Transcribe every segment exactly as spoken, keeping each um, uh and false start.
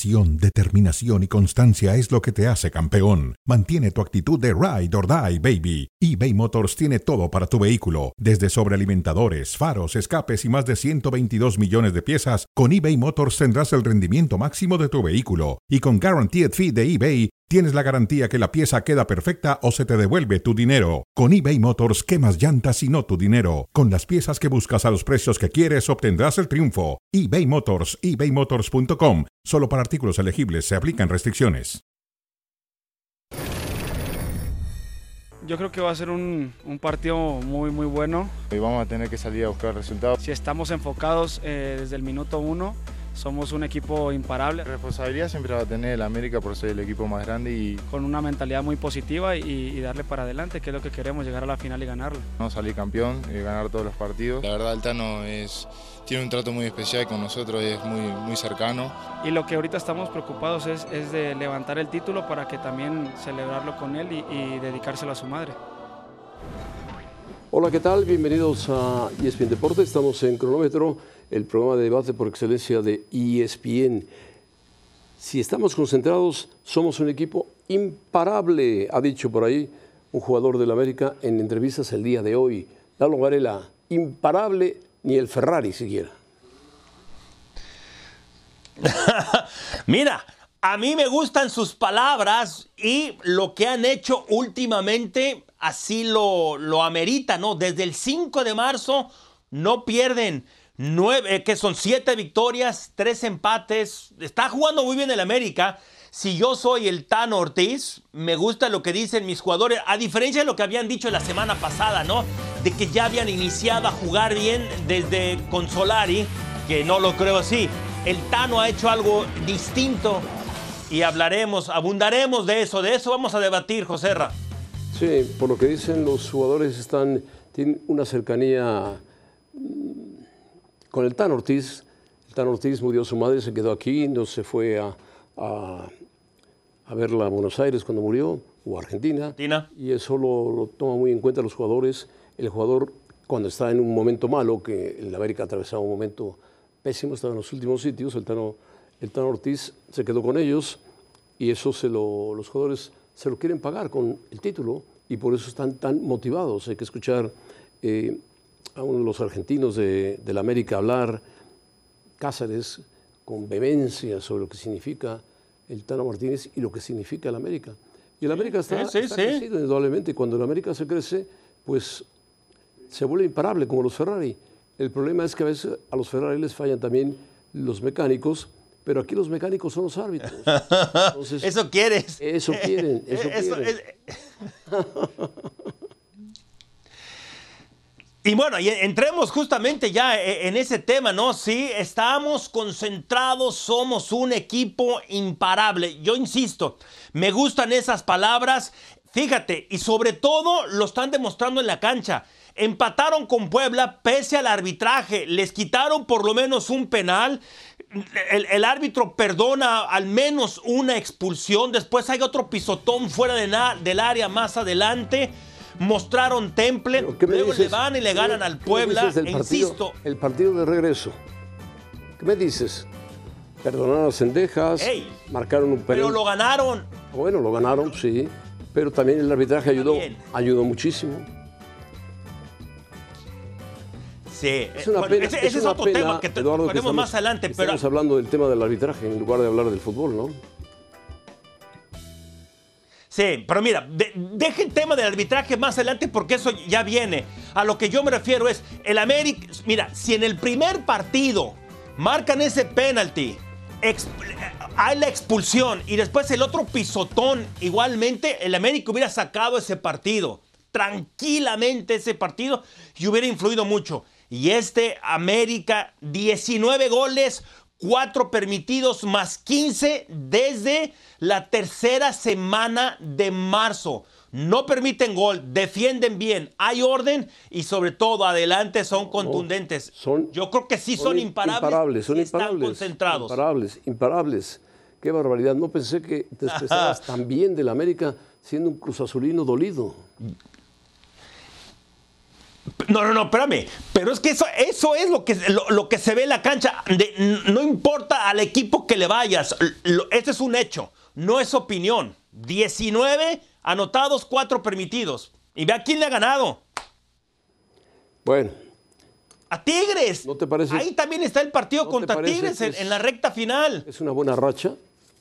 Pasión, determinación y constancia es lo que te hace campeón. Mantiene tu actitud de ride or die, baby. eBay Motors tiene todo para tu vehículo, desde sobrealimentadores, faros, escapes y más de ciento veintidós millones de piezas. Con eBay Motors tendrás el rendimiento máximo de tu vehículo. Y con Guaranteed Fee de eBay, tienes la garantía que la pieza queda perfecta o se te devuelve tu dinero. Con eBay Motors, quemas llantas y no tu dinero. Con las piezas que buscas a los precios que quieres, obtendrás el triunfo. eBay Motors, ebay motors punto com. Solo para artículos elegibles se aplican restricciones. Yo creo que va a ser un, un partido muy muy bueno. Y vamos a tener que salir a buscar resultados. Si estamos enfocados eh, desde el minuto uno, somos un equipo imparable. La responsabilidad siempre va a tener el América por ser el equipo más grande y con una mentalidad muy positiva y, y darle para adelante, que es lo que queremos, llegar a la final y ganarla. No salir campeón y ganar todos los partidos. La verdad, el Tano es, tiene un trato muy especial con nosotros, es muy, muy cercano. Y lo que ahorita estamos preocupados es, es de levantar el título para que también celebrarlo con él y, y dedicárselo a su madre. Hola, ¿qué tal? Bienvenidos a E S P N Deportes. Estamos en Cronómetro, el programa de debate por excelencia de E S P N. Si estamos concentrados, somos un equipo imparable, ha dicho por ahí un jugador del América en entrevistas el día de hoy. Lalo Varela, imparable ni el Ferrari siquiera. Mira, a mí me gustan sus palabras y lo que han hecho últimamente así lo, lo amerita, ¿no? Desde el cinco de marzo no pierden. Nueve, eh, que son siete victorias, tres empates. Está jugando muy bien el América. Si yo soy el Tano Ortiz, me gusta lo que dicen mis jugadores, a diferencia de lo que habían dicho la semana pasada, ¿no? De que ya habían iniciado a jugar bien desde con Solari, que no lo creo así. El Tano ha hecho algo distinto y hablaremos, abundaremos de eso. De eso vamos a debatir, Joserra. Sí, por lo que dicen los jugadores, están, tienen una cercanía con el Tano Ortiz. El Tano Ortiz murió a su madre, se quedó aquí, no se fue a, a, a verla a Buenos Aires cuando murió, o a Argentina. Argentina. Y eso lo, lo toman muy en cuenta los jugadores. El jugador, cuando está en un momento malo, que el América atravesaba un momento pésimo, estaba en los últimos sitios, el Tano, el Tano Ortiz se quedó con ellos y eso se lo, los jugadores se lo quieren pagar con el título y por eso están tan motivados. Hay que escuchar eh, a uno de los argentinos de, del América hablar, Cáceres, con vehemencia sobre lo que significa el Tano Martínez y lo que significa el América. Y el América está, sí, sí, está sí. crecido, indudablemente. Cuando el América se crece, pues se vuelve imparable como los Ferrari. El problema es que a veces a los Ferrari les fallan también los mecánicos, pero aquí los mecánicos son los árbitros. Entonces, eso quieres. Eso quieren, eso, eso quieren. Es... Y bueno, y entremos justamente ya en ese tema, ¿no? Sí, estamos concentrados, somos un equipo imparable. Yo insisto, me gustan esas palabras. Fíjate, y sobre todo lo están demostrando en la cancha. Empataron con Puebla pese al arbitraje. Les quitaron por lo menos un penal. El, el árbitro perdona al menos una expulsión. Después hay otro pisotón fuera de na, del área más adelante. Mostraron temple. Luego dices? le van y le ganan al Puebla. ¿Qué me dices del partido, Insisto. el partido de regreso. ¿Qué me dices? Perdonaron las cendejas, Ey, marcaron un penal. Pero lo ganaron. Bueno, lo ganaron, sí. Pero también el arbitraje ayudó, ayudó muchísimo. Sí, es una bueno, pena, ese, es, ese es una otro pena, tema que te, Eduardo, ponemos que estamos, más adelante. Estamos pero... hablando del tema del arbitraje en lugar de hablar del fútbol, ¿no? Sí, pero mira, de, deje el tema del arbitraje más adelante porque eso ya viene. A lo que yo me refiero es, el América, mira, si en el primer partido marcan ese penalti, exp, hay la expulsión y después el otro pisotón, igualmente el América hubiera sacado ese partido, tranquilamente ese partido y hubiera influido mucho. Y este América, diecinueve goles, cuatro permitidos más quince desde la tercera semana de marzo. No permiten gol, defienden bien, hay orden y sobre todo adelante son contundentes. No, son, Yo creo que sí son, son imparables, imparables, son y imparables, están concentrados. Imparables, imparables. Qué barbaridad, no pensé que te expresabas tan bien del América siendo un cruzazulino dolido. No, no, no, espérame. Pero es que eso, eso es lo que, lo, lo que se ve en la cancha. De, no importa al equipo que le vayas. Lo, este es un hecho. No es opinión. diecinueve anotados, cuatro permitidos. Y ve a quién le ha ganado. Bueno. A Tigres. ¿No te parece? Ahí también está el partido ¿No contra Tigres en, es, en la recta final. Es una buena racha.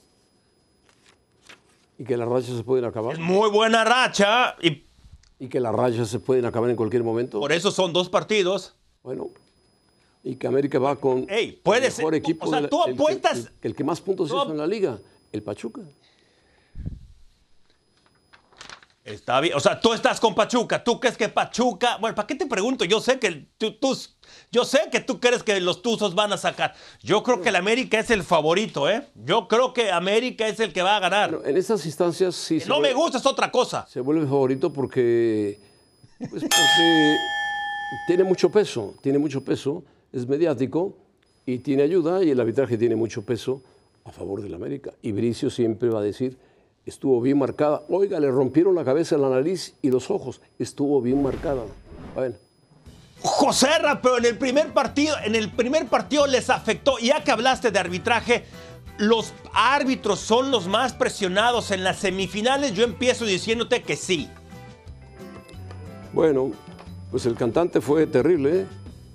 Y que las rachas se pueden acabar. Es muy buena racha. Y, y que las rachas se pueden acabar en cualquier momento. Por eso son dos partidos. Bueno. Y que América va con Ey, puede el mejor ser, equipo. O sea, de la, tú el, apuestas. El, el, el que más puntos hizo en la liga, el Pachuca. Está bien, o sea, tú estás con Pachuca, tú crees que Pachuca, bueno, ¿para qué te pregunto? Yo sé que tú, tú, yo sé que tú crees que los Tuzos van a sacar. Yo creo que el América es el favorito, ¿eh? Yo creo que América es el que va a ganar. Bueno, en estas instancias sí. Que no vuelve, me gusta, es otra cosa. Se vuelve favorito porque, pues porque tiene mucho peso, tiene mucho peso, es mediático y tiene ayuda y el arbitraje tiene mucho peso a favor del América. Y Bricio siempre va a decir, estuvo bien marcada. Oiga, le rompieron la cabeza, la nariz y los ojos. Estuvo bien marcada. Bueno. Joserra, pero en el primer partido, en el primer partido les afectó. Ya que hablaste de arbitraje, los árbitros son los más presionados en las semifinales. Yo empiezo diciéndote que sí. Bueno, pues el cantante fue terrible, ¿eh?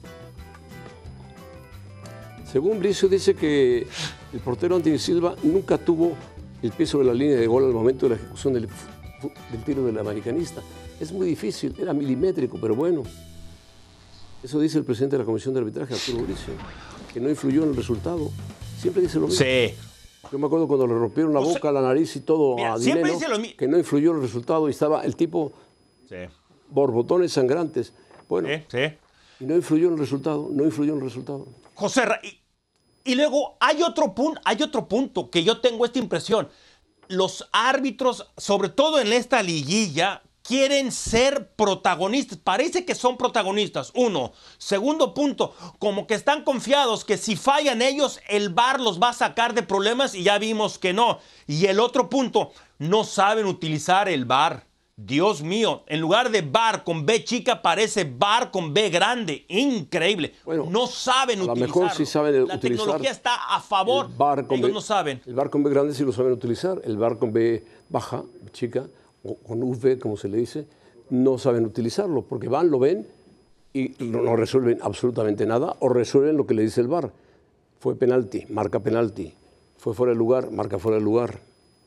Según Bricio dice que el portero Anthony Silva nunca tuvo el peso de la línea de gol al momento de la ejecución del, del tiro del americanista. Es muy difícil, era milimétrico, pero bueno. Eso dice el presidente de la Comisión de Arbitraje, Arturo Bricio, que no influyó en el resultado. Siempre dice lo mismo. Sí. Yo me acuerdo cuando le rompieron la boca, la nariz y todo Mira, a siempre Dineno, dice lo mismo. que no influyó en el resultado y estaba el tipo Sí. borbotones sangrantes. Bueno, Sí, sí. y no influyó en el resultado, no influyó en el resultado. Joserra, y, y luego hay otro, punto, hay otro punto que yo tengo esta impresión. Los árbitros, sobre todo en esta liguilla, quieren ser protagonistas. Parece que son protagonistas. Uno. Segundo punto, como que están confiados que si fallan ellos, el V A R los va a sacar de problemas y ya vimos que no. Y el otro punto, no saben utilizar el V A R. Dios mío, en lugar de V A R con B chica, parece V A R con B grande. Increíble. Bueno, no saben utilizarlo. A lo mejor sí saben La utilizar. tecnología está a favor. El V A R con ellos B, no saben. El V A R con B grande sí lo saben utilizar. El V A R con B baja, chica, o con U V, como se le dice, no saben utilizarlo. Porque van, lo ven y no, no resuelven absolutamente nada o resuelven lo que le dice el V A R. Fue penalti, marca penalti. Fue fuera de lugar, marca fuera de lugar.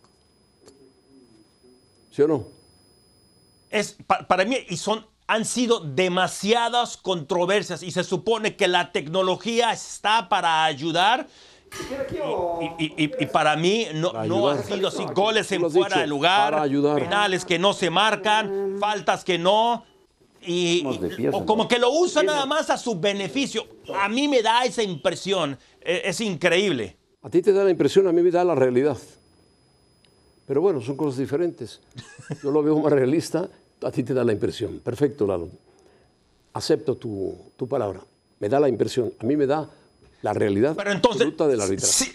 ¿Sí o no? Es, pa, para mí, y son, han sido demasiadas controversias y se supone que la tecnología está para ayudar y, y, y, y para mí no, para no ha sido así. Goles en fuera dicho, de lugar, para ayudar. penales que no se marcan, faltas que no, y, y o como que lo usan nada más a su beneficio. A mí me da esa impresión, es, es increíble. A ti te da la impresión, a mí me da la realidad. Pero bueno, son cosas diferentes. Yo lo veo más realista, a ti te da la impresión. Perfecto, Lalo. Acepto tu, tu palabra. Me da la impresión. A mí me da la realidad Pero entonces, absoluta del arbitraje. Sí,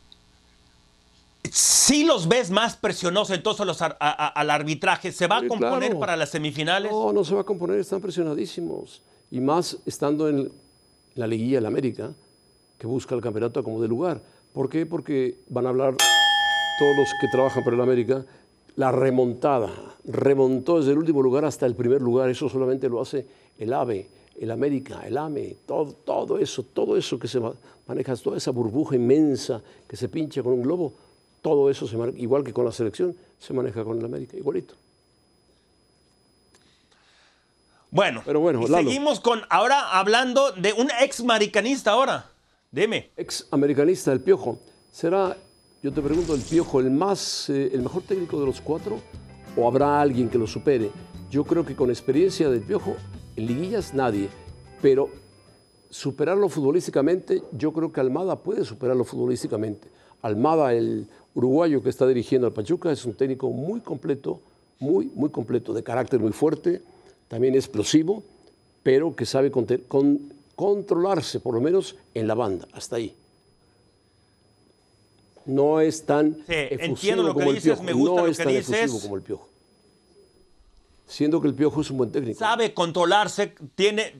sí los ves más presionados entonces los, a, a, al arbitraje. ¿Se va sí, a componer claro. para las semifinales? No, no se va a componer. Están presionadísimos. Y más estando en la liguilla del América, que busca el campeonato como de lugar. ¿Por qué? Porque van a hablar todos los que trabajan para el América, la remontada, remontó desde el último lugar hasta el primer lugar, eso solamente lo hace el AVE, el América, el AME, todo, todo eso, todo eso que se maneja, toda esa burbuja inmensa que se pincha con un globo, todo eso, se maneja, igual que con la selección, se maneja con el América, igualito. Bueno, Pero bueno y Lalo, seguimos con, ahora hablando de un ex maricanista ahora, dime. Ex americanista, el Piojo, ¿será... Yo te pregunto, ¿el Piojo el más, eh, el mejor técnico de los cuatro o habrá alguien que lo supere? Yo creo que con experiencia del Piojo, en liguillas nadie, pero superarlo futbolísticamente, yo creo que Almada puede superarlo futbolísticamente. Almada, el uruguayo que está dirigiendo al Pachuca, es un técnico muy completo, muy, muy completo, de carácter muy fuerte, también explosivo, pero que sabe con, con, controlarse, por lo menos en la banda, hasta ahí. No es tan sí, efusivo entiendo lo como que el dices, Piojo. me gusta no lo es que tan dices. efusivo como el Piojo. Siendo que el Piojo es un buen técnico. Sabe controlarse, tiene...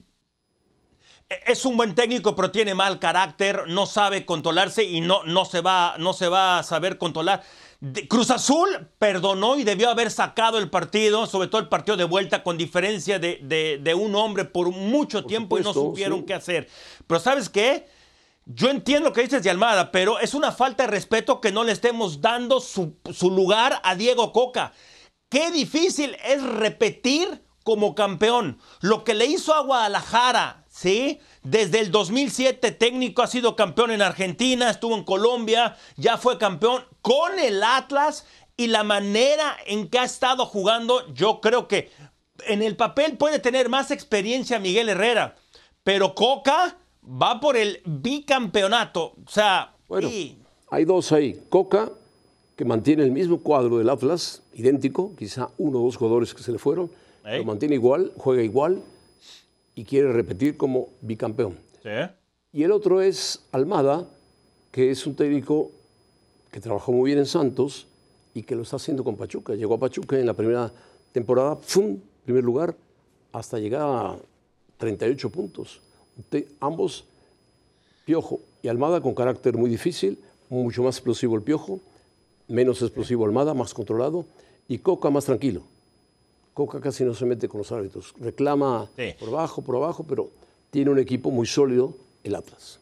Es un buen técnico, pero tiene mal carácter, no sabe controlarse y no, no, se, va, no se va a saber controlar. De, Cruz Azul perdonó y debió haber sacado el partido, sobre todo el partido de vuelta, con diferencia de, de, de un hombre por mucho por tiempo supuesto, y no supieron sí. qué hacer. Pero ¿sabes qué? Yo entiendo lo que dices de Almada, pero es una falta de respeto que no le estemos dando su, su lugar a Diego Coca. Qué difícil es repetir como campeón. Lo que le hizo a Guadalajara, ¿sí? Desde el dos mil siete técnico, ha sido campeón en Argentina, estuvo en Colombia, ya fue campeón con el Atlas y la manera en que ha estado jugando, yo creo que en el papel puede tener más experiencia Miguel Herrera, pero Coca va por el bicampeonato. O sea, bueno, y... hay dos ahí. Coca, que mantiene el mismo cuadro del Atlas, idéntico, quizá uno o dos jugadores que se le fueron, ¿Eh? Lo mantiene igual, juega igual y quiere repetir como bicampeón. ¿Sí? Y el otro es Almada, que es un técnico que trabajó muy bien en Santos y que lo está haciendo con Pachuca. Llegó a Pachuca en la primera temporada, ¡fum!, primer lugar, hasta llegar a treinta y ocho puntos. Ambos, Piojo y Almada, con carácter muy difícil, mucho más explosivo el Piojo, menos explosivo Almada, más controlado, y Coca más tranquilo. Coca casi no se mete con los árbitros, reclama sí. por abajo, por abajo, pero tiene un equipo muy sólido, el Atlas.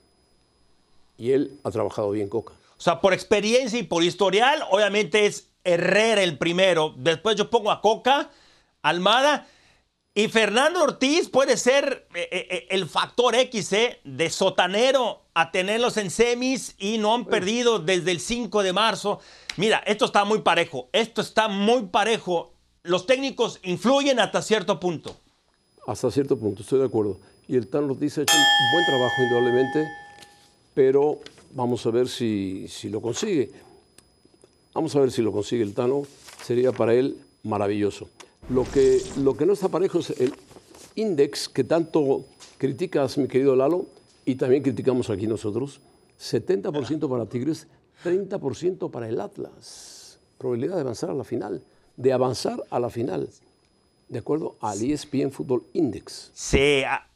Y él ha trabajado bien, Coca. O sea, por experiencia y por historial, obviamente es Herrera el primero. Después yo pongo a Coca, Almada, y Fernando Ortiz puede ser eh, eh, el factor X, eh, de sotanero a tenerlos en semis y no han bueno. perdido desde el cinco de marzo. Mira, esto está muy parejo, esto está muy parejo. Los técnicos influyen hasta cierto punto. Hasta cierto punto, estoy de acuerdo. Y el Tano Ortiz ha hecho un buen trabajo, indudablemente, pero vamos a ver si, si lo consigue. Vamos a ver si lo consigue el Tano. Sería para él maravilloso. Lo que, lo que no está parejo es el index que tanto criticas, mi querido Lalo, y también criticamos aquí nosotros. setenta por ciento para Tigres, treinta por ciento para el Atlas. Probabilidad de avanzar a la final. De avanzar a la final, de acuerdo al E S P N Football Index. Sí, a,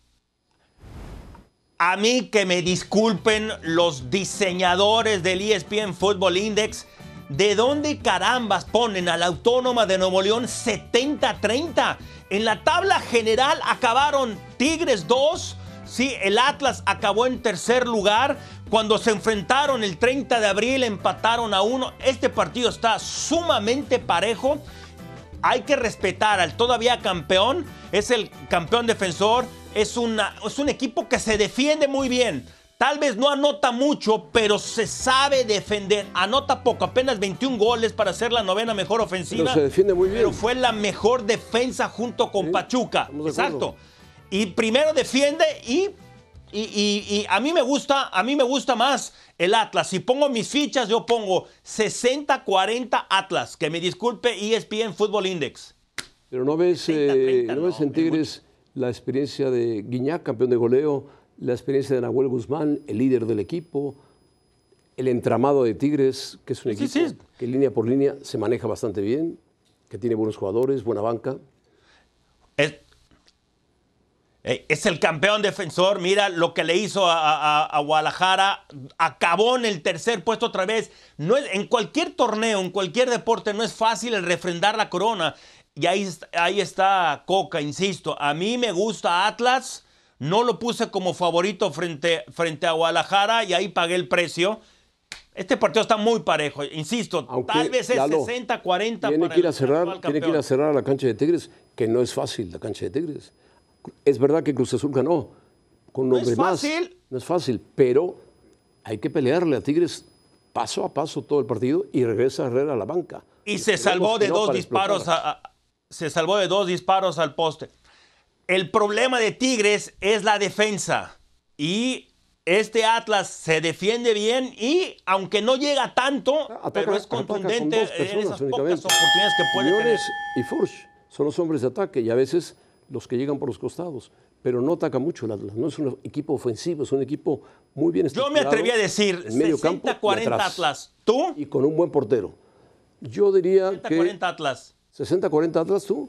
a mí que me disculpen los diseñadores del E S P N Football Index, ¿de dónde carambas ponen a la Autónoma de Nuevo León setenta treinta? En la tabla general acabaron Tigres dos, sí, el Atlas acabó en tercer lugar. Cuando se enfrentaron el treinta de abril empataron a uno. Este partido está sumamente parejo. Hay que respetar al todavía campeón. Es el campeón defensor. Es, una, es un equipo que se defiende muy bien. Tal vez no anota mucho, pero se sabe defender. Anota poco, apenas veintiún goles para ser la novena mejor ofensiva. Pero se defiende muy bien. Pero fue la mejor defensa junto con sí, Pachuca. Exacto. Y primero defiende y... Y, y, y a mí me gusta, a mí me gusta más el Atlas. Si pongo mis fichas, yo pongo sesenta cuarenta Atlas. Que me disculpe E S P N Football Index. Pero no ves, treinta, treinta, eh, ¿no ves no, en Tigres la experiencia de Guiñac, campeón de goleo, la experiencia de Nahuel Guzmán, el líder del equipo, el entramado de Tigres, que es un equipo sí, sí. que línea por línea se maneja bastante bien, que tiene buenos jugadores, buena banca? Es... Es el campeón defensor, mira lo que le hizo a, a, a Guadalajara, acabó en el tercer puesto otra vez. No es, en cualquier torneo, en cualquier deporte, no es fácil el refrendar la corona. Y ahí, ahí está Coca, insisto. A mí me gusta Atlas, no lo puse como favorito frente, frente a Guadalajara y ahí pagué el precio. Este partido está muy parejo, insisto, aunque, tal vez es Lalo, sesenta cuarenta para que ir a cerrar, Tiene que ir a cerrar la cancha de Tigres, que no es fácil la cancha de Tigres. Es verdad que Cruz Azul ganó con un hombre más. No es fácil. No es fácil, pero hay que pelearle a Tigres paso a paso todo el partido y regresa Herrera a la banca. Y se salvó de dos disparos, a, a, se salvó de dos disparos al poste. El problema de Tigres es la defensa y este Atlas se defiende bien y aunque no llega tanto, ataca, pero es contundente en esas pocas oportunidades que puede Quiñones tener. Y Furch son los hombres de ataque y a veces los que llegan por los costados, pero no ataca mucho el Atlas, no es un equipo ofensivo, es un equipo muy bien estructurado. Yo me atreví a decir sesenta cuarenta Atlas, ¿tú? Y con un buen portero. Yo diría sesenta cuarenta que... Atlas. ¿sesenta cuarenta Atlas tú?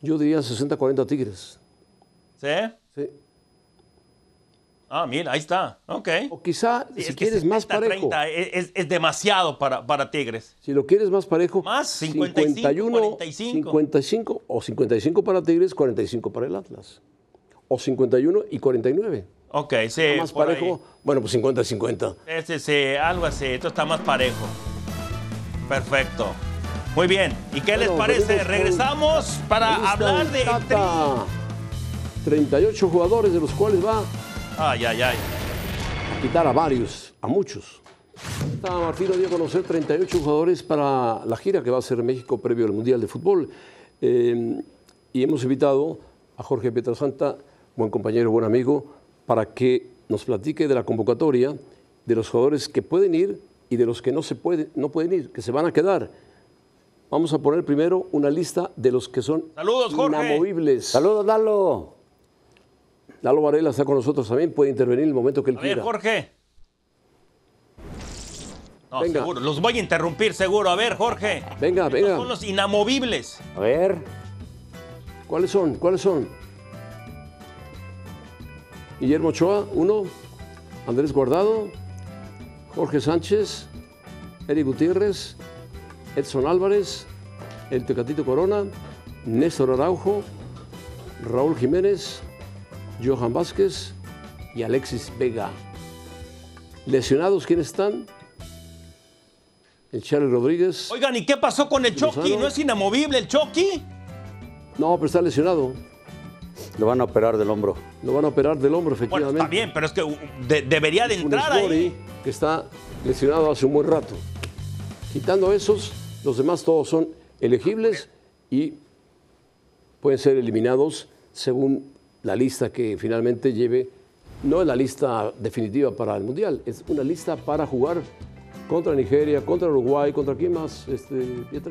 Yo diría sesenta cuarenta Tigres. ¿Sí? Sí. Ah, mira, ahí está. Ok. O quizá, Sí, si es que quieres más setenta, parejo. treinta es, es- es demasiado para, para Tigres. Si lo quieres más parejo. Más, cincuenta y cinco, cuarenta y cinco. cincuenta y cinco o cincuenta y cinco para Tigres, cuarenta y cinco para el Atlas. O cincuenta y uno y cuarenta y nueve. Ok, sí. Más por parejo, ahí. bueno, pues cincuenta y cincuenta. Ese, sí, algo así. Esto está más parejo. Perfecto. Muy bien. ¿Y qué les Bueno, parece? venimos con Regresamos para la lista hablar del de... Tata. treinta y ocho jugadores, de los cuales va Ay, ay, ay. a quitar a varios, a muchos. Está Martino dio a conocer treinta y ocho jugadores para la gira que va a hacer en México previo al Mundial de Fútbol. Eh, y hemos invitado a Jorge Pietrasanta, buen compañero, buen amigo, para que nos platique de la convocatoria, de los jugadores que pueden ir y de los que no, se puede, no pueden ir, que se van a quedar. Vamos a poner primero una lista de los que son Saludos, Jorge. inamovibles. Saludos, Lalo. Lalo Varela está con nosotros también, puede intervenir en el momento que él A ver, quiera. Jorge. No, Venga. seguro. Los voy a interrumpir, seguro. A ver, Jorge. Venga, Estos venga. son los inamovibles. A ver. ¿Cuáles son? ¿Cuáles son? Guillermo Ochoa, uno. Andrés Guardado. Jorge Sánchez. Eric Gutiérrez. Edson Álvarez. El Tecatito Corona. Néstor Araujo. Raúl Jiménez. Johan Vázquez. Y Alexis Vega. ¿Lesionados quiénes están? El Charlie Rodríguez. Oigan, ¿y qué pasó con el Chucky? Lozano. ¿No es inamovible el Chucky? No, pero está lesionado. Lo van a operar del hombro. Lo van a operar del hombro, Bueno, efectivamente. está bien, pero es que uh, de- debería de Funes entrar ahí. Mori, que está lesionado hace un buen rato. Quitando esos, los demás todos son elegibles y pueden ser eliminados según la lista que finalmente lleve. No es la lista definitiva para el Mundial, es una lista para jugar contra Nigeria, contra Uruguay, contra quién más, este, Pietra,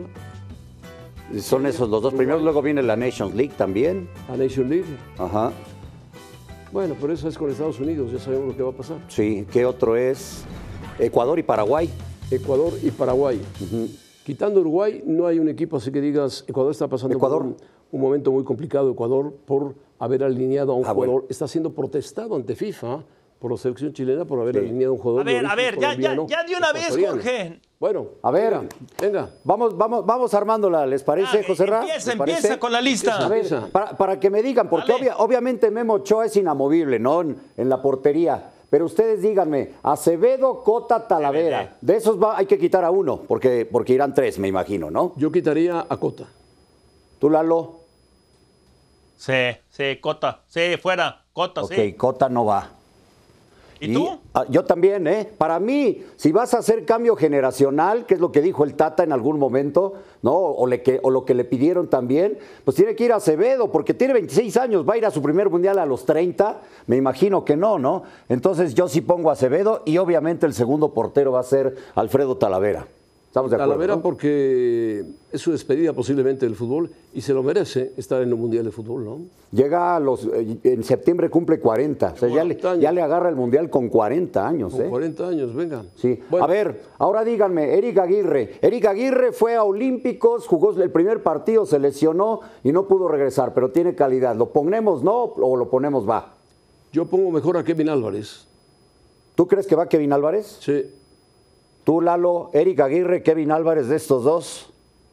Son esos los dos primeros. Luego viene la Nations League también. a Nation League. Ajá. Bueno, pero eso es con Estados Unidos, ya sabemos lo que va a pasar. Sí. ¿Qué otro es? Ecuador y Paraguay. Ecuador y Paraguay. Quitando Uruguay, no hay un equipo así que digas, Ecuador está pasando Ecuador. por un, un momento muy complicado, Ecuador, por haber alineado a un Ah, jugador. bueno. Está siendo protestado ante FIFA por la selección chilena por haber Sí. alineado a un jugador. A ver, de a origen ver, ya, ya, colombiano ya de una vez, ecuatoriano. Jorge. Bueno, A ver. venga, venga. Vamos, vamos, vamos armándola, ¿les parece, Ah, José Ra? empieza, ¿Les parece? empieza con la lista. A ver, Empieza. para, para que me digan, porque Dale. obvia- obviamente Memo Ochoa es inamovible, ¿no? En, en la portería. Pero ustedes díganme, Acevedo, Cota, Talavera. De esos va- hay que quitar a uno, porque, porque irán tres, me imagino, ¿no? Yo quitaría a Cota. ¿Tú, Lalo? Sí, sí, Cota. Sí, fuera. Cota, Ok, sí. Cota no va. ¿Y tú? ah, yo también, ¿eh? Para mí, si vas a hacer cambio generacional, que es lo que dijo el Tata en algún momento, ¿no? O, le que, o lo que le pidieron también, pues tiene que ir a Acevedo, porque tiene veintiséis años, va a ir a su primer mundial a los treinta, me imagino que no, ¿no? Entonces yo sí pongo a Acevedo y obviamente el segundo portero va a ser Alfredo Talavera. ¿Estamos de acuerdo? Talavera ¿no? porque es su despedida posiblemente del fútbol y se lo merece estar en un Mundial de Fútbol, ¿no? Llega a los, eh, en septiembre cumple cuarenta, o sea, ya le, cuarenta años. ya le agarra el mundial con cuarenta años, Con ¿eh? cuarenta años, venga. Sí. Bueno, A ver, ahora díganme, Eric Aguirre. Eric Aguirre fue a Olímpicos, jugó el primer partido, se lesionó y no pudo regresar, pero tiene calidad. ¿Lo ponemos no o lo ponemos va? yo pongo mejor a Kevin Álvarez. ¿Tú crees que va Kevin Álvarez? Sí. Tú, Lalo, Eric Aguirre, Kevin Álvarez, de estos dos.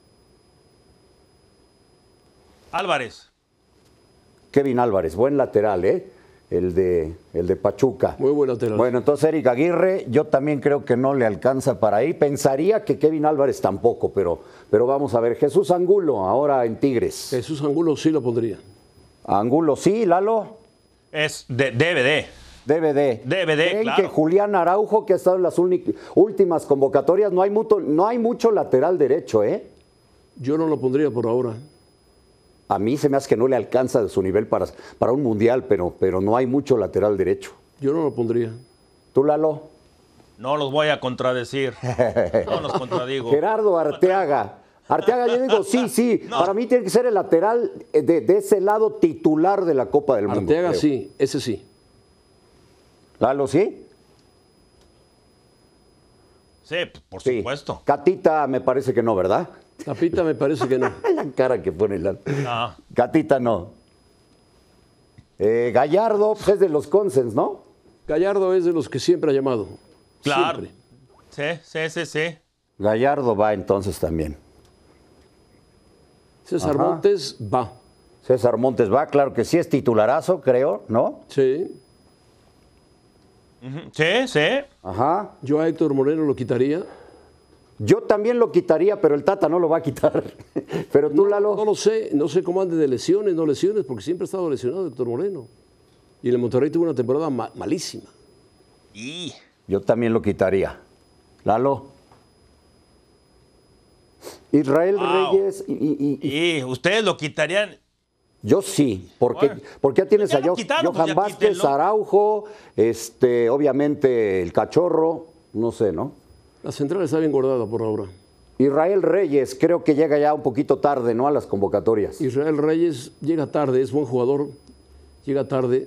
Álvarez. Kevin Álvarez, buen lateral, ¿eh? El de, el de Pachuca. Muy buen lateral. Bueno, entonces Eric Aguirre, yo también creo que no le alcanza para ahí. Pensaría que Kevin Álvarez tampoco, pero, pero vamos a ver. Jesús Angulo, ahora en Tigres. Jesús Angulo sí lo pondría. Angulo, sí, Lalo. Es de D V D. D V D. D V D, ¿Creen claro. que Julián Araujo, que ha estado en las uni- últimas convocatorias, no hay, mucho, no hay mucho lateral derecho, ¿eh? Yo no lo pondría por ahora. A mí se me hace que no le alcanza de su nivel para, para un mundial, pero, pero no hay mucho lateral derecho. Yo no lo pondría. ¿Tú, Lalo? No los voy a contradecir. No los contradigo. Gerardo Arteaga. Arteaga, yo digo, sí, sí. No. Para mí tiene que ser el lateral de, de ese lado titular de la Copa del Mundo. Arteaga creo. sí, ese sí. ¿Lalo sí? Sí, por Sí. supuesto. Catita me parece que no, ¿verdad? Tapita me parece que no. La cara que pone la... No. Catita no. Eh, Gallardo pues, es de los Consens, ¿no? Gallardo es de los que siempre ha llamado. Claro. Siempre. Sí, sí, sí, sí. Gallardo va entonces también. César Ajá. Montes va. César Montes va, claro que sí, es titularazo, creo, ¿no? Sí. Ujú. Sí, sí. Ajá. Yo a Héctor Moreno lo quitaría. Yo también lo quitaría, pero el Tata no lo va a quitar. Pero tú, Lalo. No lo sé, no sé cómo ande de lesiones, no lesiones, porque siempre ha estado lesionado Héctor Moreno. Y el Monterrey tuvo una temporada ma- malísima. Y... Yo también lo quitaría. Lalo. Israel Wow. Reyes y, y- y- y ustedes lo quitarían. yo sí, porque, Bueno. porque ya tienes Ya a lo Jo- quitaron, Johan pues ya Vázquez, quítenlo. Araujo, este, obviamente el Cachorro, no sé, ¿no? La central está bien guardada por ahora. Israel Reyes, creo que llega ya un poquito tarde, ¿no? A las convocatorias. Israel Reyes llega tarde, es buen jugador, llega tarde,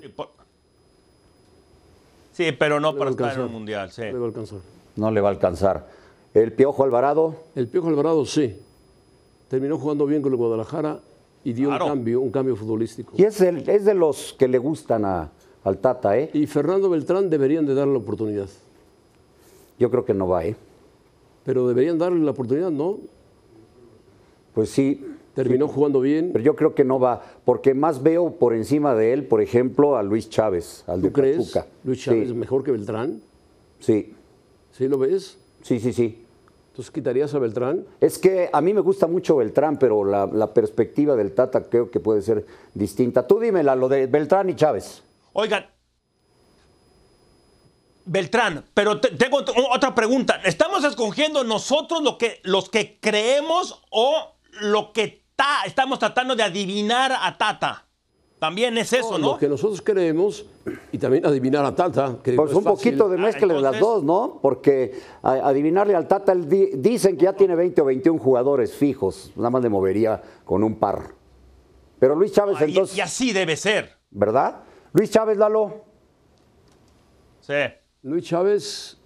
Sí, pero no Le va para a estar en alcanzar. un mundial. Sí. le va a alcanzar. No le va a alcanzar. El Piojo Alvarado, El Piojo Alvarado sí, terminó jugando bien con el Guadalajara y dio Claro. un cambio, un cambio futbolístico. y es, el- es de los que le gustan a- al Tata, ¿eh? Y Fernando Beltrán deberían de darle la oportunidad. Yo creo que no va, ¿eh? Pero deberían darle la oportunidad, ¿no? Pues sí, Terminó jugando bien. pero yo creo que no va, porque más veo por encima de él, por ejemplo, a Luis Chávez, al de ¿Tú crees? Pachuca. Luis Chávez es Sí, mejor que Beltrán. sí, ¿Sí lo ves? sí, sí, sí. Entonces quitarías a Beltrán. Es que a mí me gusta mucho Beltrán, pero la, la perspectiva del Tata creo que puede ser distinta. Tú dímela, lo de Beltrán y Chávez. Oigan, Beltrán, pero te- tengo ot- otra pregunta. ¿Estamos escogiendo nosotros lo que, los que creemos o lo que ta- estamos tratando de adivinar a Tata? También es eso, ¿no? Lo que nosotros creemos y también adivinar a Tata. Que Pues no un es fácil. poquito de mezcla de las entonces- dos, ¿no? Porque a- adivinarle al Tata, él di- dicen que ya tiene veinte o veintiún jugadores fijos, nada más le movería con un par. Pero Luis Chávez, Ah, y- entonces, y así debe ser. ¿verdad? Luis Chávez, Lalo. Sí. Luis Chávez.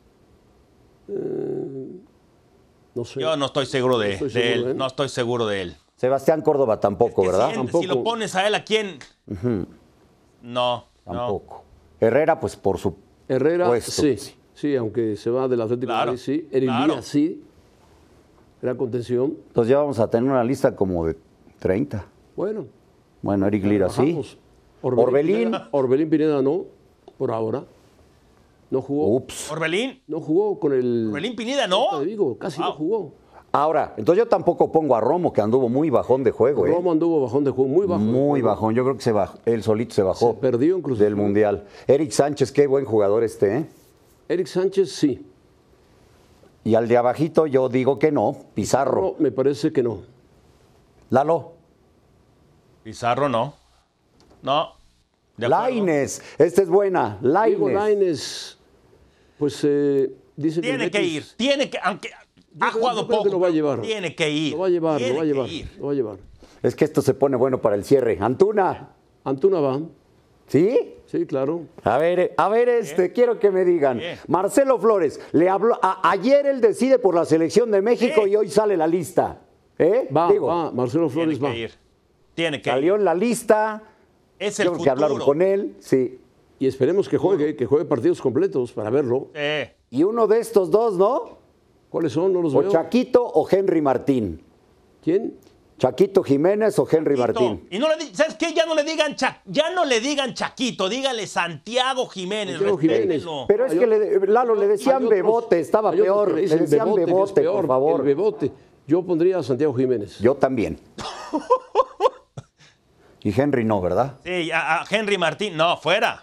eh, no sé. Yo no estoy seguro de, No estoy de seguro él. de él. No estoy seguro de él. Sebastián Córdoba tampoco, Que ¿verdad? si, Tampoco. si lo pones a él, ¿a quién? No, no. Tampoco. Herrera, pues por su Herrera, puesto. sí. Sí, aunque se va del Atlético de Claro, Madrid, sí. Eric claro. Díaz, sí. Gran contención. Entonces ya vamos a tener una lista como de treinta. Bueno. Bueno, Eric Lira, sí. bajamos. Orbelín. Pineda- Orbelín Pineda no, por ahora. No jugó. Ups. Orbelín. No jugó con el. Orbelín Pineda, ¿no? Te digo, casi no Wow. jugó. Ahora, entonces yo tampoco pongo a Romo, que anduvo muy bajón de juego, ¿eh? Romo anduvo bajón de juego, muy bajo. de Muy juego. bajón. Yo creo que se bajó, él solito se bajó. Se perdió en Cruz del Azul. Mundial. Eric Sánchez, qué buen jugador este, ¿eh? Eric Sánchez, sí. Y al de abajito yo digo que no, Pizarro. No, me parece que no. Lalo. Pizarro, no. No. De acuerdo. Laines, esta es buena. Diego Laines. Lainez, pues eh, dice Tiene el que Betis- ir. Tiene que, aunque ha creo- jugado yo creo poco. que lo va a pero llevar. Tiene que ir. Lo va a llevar, Tiene lo va a que llevar. ir. Lo va a llevar. Es que esto se pone bueno para el cierre. Antuna, Antuna va. ¿sí? Sí, claro. A ver, a ver, este, quiero que me digan. Bien. Marcelo Flores, le habló, a- ayer él decide por la selección de México Sí. y hoy sale la lista. ¿Eh? Va, Digo, va. Marcelo Tiene Flores va. que ir. Tiene que salió ir. en la lista. Es el Yo creo futuro. que hablaron con él, sí. Y esperemos que juegue, que juegue partidos completos para verlo. Sí. Y uno de estos dos, ¿no? ¿Cuáles son? No los O veo. Chaquito o Henry Martín. ¿Quién? Chaquito Jiménez o Henry Chaquito. Martín. Y no le di- ¿sabes qué? Ya no le digan Cha- ya no le digan Chaquito, dígale Santiago Jiménez. Santiago Jiménez. respétenlo. Pero es Hay que le- Lalo le decían Hay otros- Bebote, estaba hay otros peor. que Le dicen decían Bebote, que es Bebote, peor, por favor. El Bebote. Yo pondría a Santiago Jiménez. Yo también. Y Henry no, ¿verdad? Sí, a, a Henry Martín, no, fuera.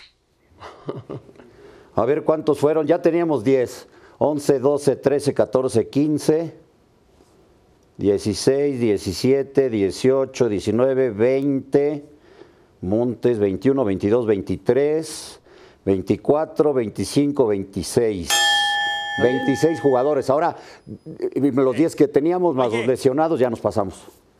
A ver cuántos fueron. Ya teníamos diez. once, doce, trece, catorce, quince, dieciséis, diecisiete, dieciocho, diecinueve, veinte. Montes, veintiuno, veintidós, veintitrés, veinticuatro, veinticinco, veintiséis. veintiséis jugadores. Ahora, eh, los diez que teníamos más Oye. los lesionados ya nos pasamos.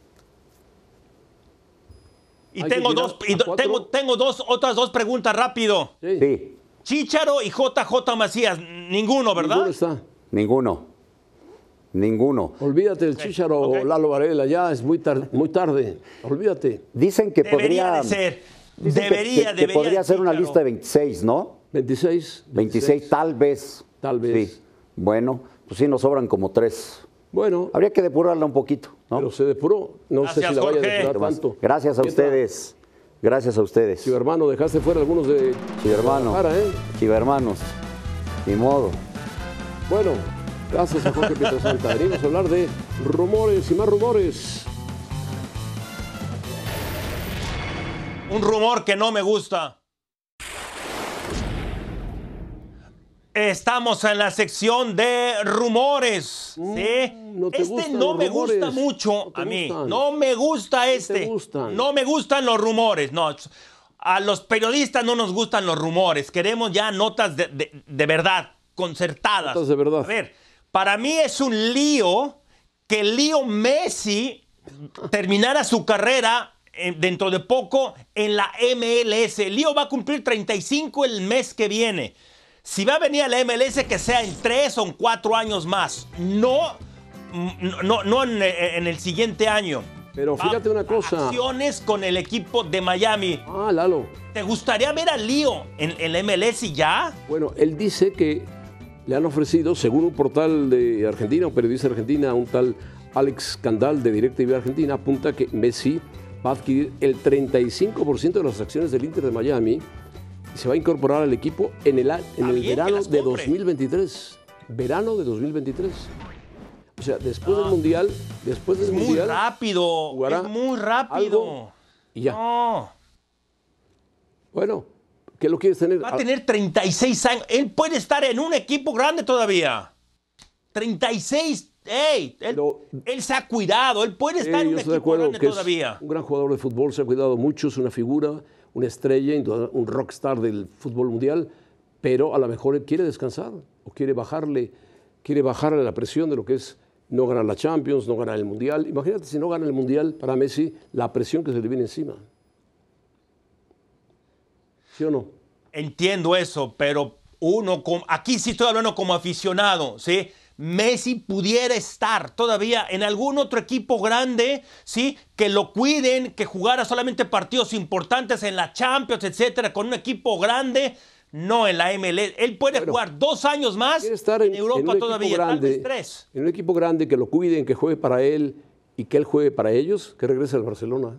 Y Hay que tengo tirar dos, y a do- cuatro. tengo, tengo dos, otras dos preguntas rápido. Sí. Sí. Chícharo y J J Macías, ninguno, ¿verdad? Ninguno está. Ninguno. Ninguno. Olvídate del Chícharo o okay. Lalo Varela, ya es muy, tar muy tarde. Olvídate. Dicen que Debería podría. de ser. Dicen que- Debería, que, que debería podría el ser una Chícharo. lista de veintiséis, ¿no? veintiséis. veintiséis, tal vez. Tal vez. Sí. Bueno, pues sí, nos sobran como tres. Bueno, Habría que depurarla un poquito, ¿no? pero se depuró. No Gracias, sé si la vaya a Jorge. depurar tanto. Gracias a Mientras- ustedes. Gracias a ustedes. Chivo hermano, dejaste fuera algunos de Chivermano. Guadalajara, ¿eh? Chivermanos. Ni modo. Bueno, gracias a Jorge Pietrasanta. Venimos a hablar de rumores y más rumores. Un rumor que no me gusta. Estamos en la sección de rumores. ¿sí? no te este gustan no los me rumores. gusta mucho No te a mí. gustan. No me gusta te este. gustan. No me gustan los rumores. No. A los periodistas no nos gustan los rumores. Queremos ya notas de, de- de verdad, concertadas. Notas de verdad. A ver, para mí es un lío que Leo Messi terminara su carrera eh, dentro de poco en la M L S. Leo va a cumplir treinta y cinco el mes que viene. Si va a venir a la M L S, que sea en tres o en cuatro años más. No, no, no, no en, en el siguiente año. Pero fíjate una cosa. Acciones con el equipo de Miami. Ah, Lalo. ¿Te gustaría ver a Leo en, en la M L S ya? Bueno, él dice que le han ofrecido, según un portal de Argentina, un periodista argentina, un tal Alex Candal de DirecTV Argentina, apunta que Messi va a adquirir el treinta y cinco por ciento de las acciones del Inter de Miami y se va a incorporar al equipo en el, a- en el bien que verano las de compre. dos mil veintitrés. Verano de dos mil veintitrés. O sea, después del Mundial, después del Es muy Mundial, rápido. jugará Es muy rápido. algo y ya. No. Bueno, ¿qué lo quieres tener? Va a tener treinta y seis años. Él puede estar en un equipo grande todavía. treinta y seis. ¡Ey! Él, Pero- él se ha cuidado. Él puede estar Eh, en un yo estoy de equipo acuerdo grande que es todavía. un gran jugador de fútbol, se ha cuidado mucho, es una figura, una estrella, indudable- un rockstar del fútbol mundial, pero a lo mejor él quiere descansar o quiere bajarle, quiere bajarle la presión de lo que es no ganar la Champions, no ganar el Mundial. Imagínate si no gana el Mundial para Messi, la presión que se le viene encima. ¿Sí o no? Entiendo eso, pero uno, com- aquí sí estoy hablando como aficionado, ¿sí? Messi pudiera estar todavía en algún otro equipo grande, ¿sí? Que lo cuiden, que jugara solamente partidos importantes en la Champions, etcétera, con un equipo grande, no en la M L S. Él puede Bueno, jugar dos años más Quiere estar en, en, Europa en un todavía, equipo tal grande, vez tres. en un equipo grande que lo cuiden, que juegue para él y que él juegue para ellos, que regrese al Barcelona.